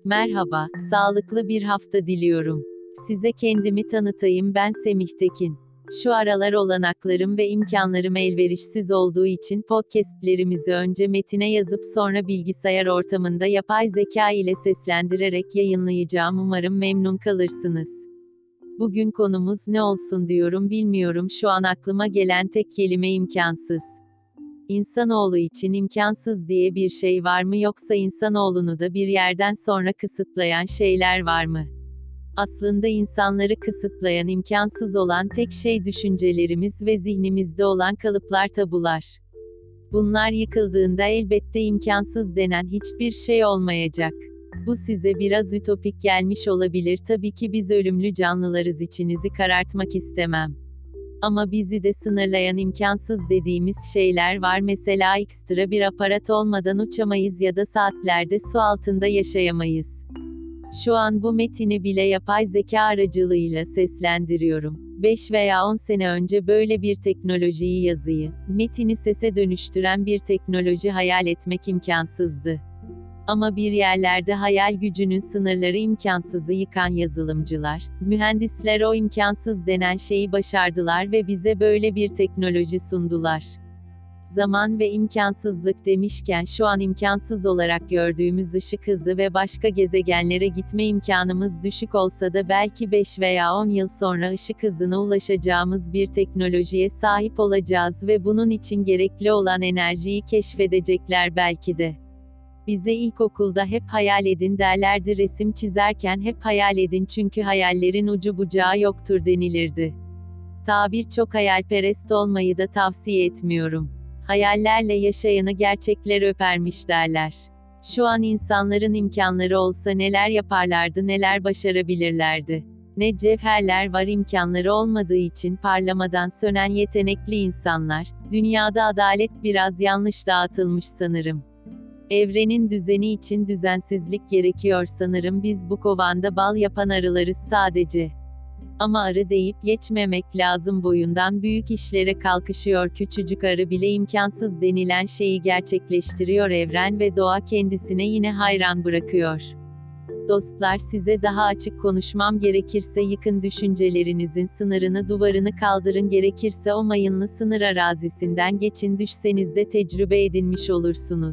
Merhaba, sağlıklı bir hafta diliyorum. Size kendimi tanıtayım, ben Semih Tekin. Şu aralar olanaklarım ve imkanlarım elverişsiz olduğu için podcastlerimizi önce metine yazıp sonra bilgisayar ortamında yapay zeka ile seslendirerek yayınlayacağım. Umarım memnun kalırsınız. Bugün konumuz ne olsun diyorum bilmiyorum, şu an aklıma gelen tek kelime imkansız. İnsanoğlu için imkansız diye bir şey var mı, yoksa insanoğlunu da bir yerden sonra kısıtlayan şeyler var mı? Aslında insanları kısıtlayan, imkansız olan tek şey düşüncelerimiz ve zihnimizde olan kalıplar, tabular. Bunlar yıkıldığında elbette imkansız denen hiçbir şey olmayacak. Bu size biraz ütopik gelmiş olabilir, tabii ki biz ölümlü canlılarız, içinizi karartmak istemem. Ama bizi de sınırlayan imkansız dediğimiz şeyler var. Mesela ekstra bir aparat olmadan uçamayız ya da saatlerde su altında yaşayamayız. Şu an bu metini bile yapay zeka aracılığıyla seslendiriyorum. 5 veya 10 sene önce böyle bir teknolojiyi, yazıyı, metini sese dönüştüren bir teknoloji hayal etmek imkansızdı. Ama bir yerlerde hayal gücünün sınırları, imkansızı yıkan yazılımcılar, mühendisler o imkansız denen şeyi başardılar ve bize böyle bir teknoloji sundular. Zaman ve imkansızlık demişken, şu an imkansız olarak gördüğümüz ışık hızı ve başka gezegenlere gitme imkanımız düşük olsa da belki 5 veya 10 yıl sonra ışık hızına ulaşacağımız bir teknolojiye sahip olacağız ve bunun için gerekli olan enerjiyi keşfedecekler belki de. Bize ilkokulda hep hayal edin derlerdi, resim çizerken hep hayal edin çünkü hayallerin ucu bucağı yoktur denilirdi. Tabir çok hayalperest olmayı da tavsiye etmiyorum. Hayallerle yaşayanı gerçekler öpermiş derler. Şu an insanların imkanları olsa neler yaparlardı, neler başarabilirlerdi. Ne cevherler var, imkanları olmadığı için parlamadan sönen yetenekli insanlar. Dünyada adalet biraz yanlış dağıtılmış sanırım. Evrenin düzeni için düzensizlik gerekiyor sanırım, biz bu kovanda bal yapan arılarız sadece. Ama arı deyip geçmemek lazım, boyundan büyük işlere kalkışıyor küçücük arı bile, imkansız denilen şeyi gerçekleştiriyor, evren ve doğa kendisine yine hayran bırakıyor. Dostlar, size daha açık konuşmam gerekirse, yıkın düşüncelerinizin sınırını, duvarını kaldırın, gerekirse o mayınlı sınır arazisinden geçin, düşseniz de tecrübe edinmiş olursunuz.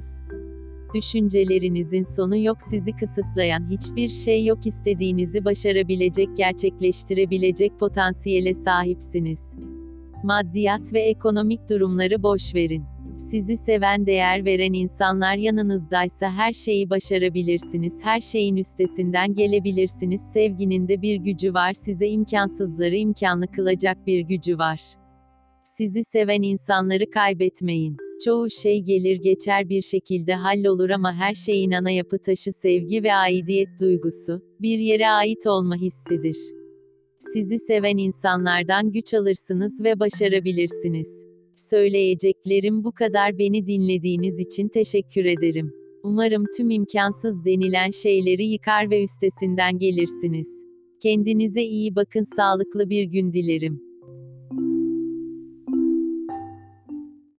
Düşüncelerinizin sonu yok, sizi kısıtlayan hiçbir şey yok, istediğinizi başarabilecek, gerçekleştirebilecek potansiyele sahipsiniz. Maddiyat ve ekonomik durumları boş verin. Sizi seven, değer veren insanlar yanınızdaysa her şeyi başarabilirsiniz, her şeyin üstesinden gelebilirsiniz. Sevginin de bir gücü var, size imkansızları imkanlı kılacak bir gücü var. Sizi seven insanları kaybetmeyin. Çoğu şey gelir geçer, bir şekilde hallolur ama her şeyin ana yapı taşı sevgi ve aidiyet duygusu, bir yere ait olma hissidir. Sizi seven insanlardan güç alırsınız ve başarabilirsiniz. Söyleyeceklerim bu kadar. Beni dinlediğiniz için teşekkür ederim. Umarım tüm imkansız denilen şeyleri yıkar ve üstesinden gelirsiniz. Kendinize iyi bakın, sağlıklı bir gün dilerim.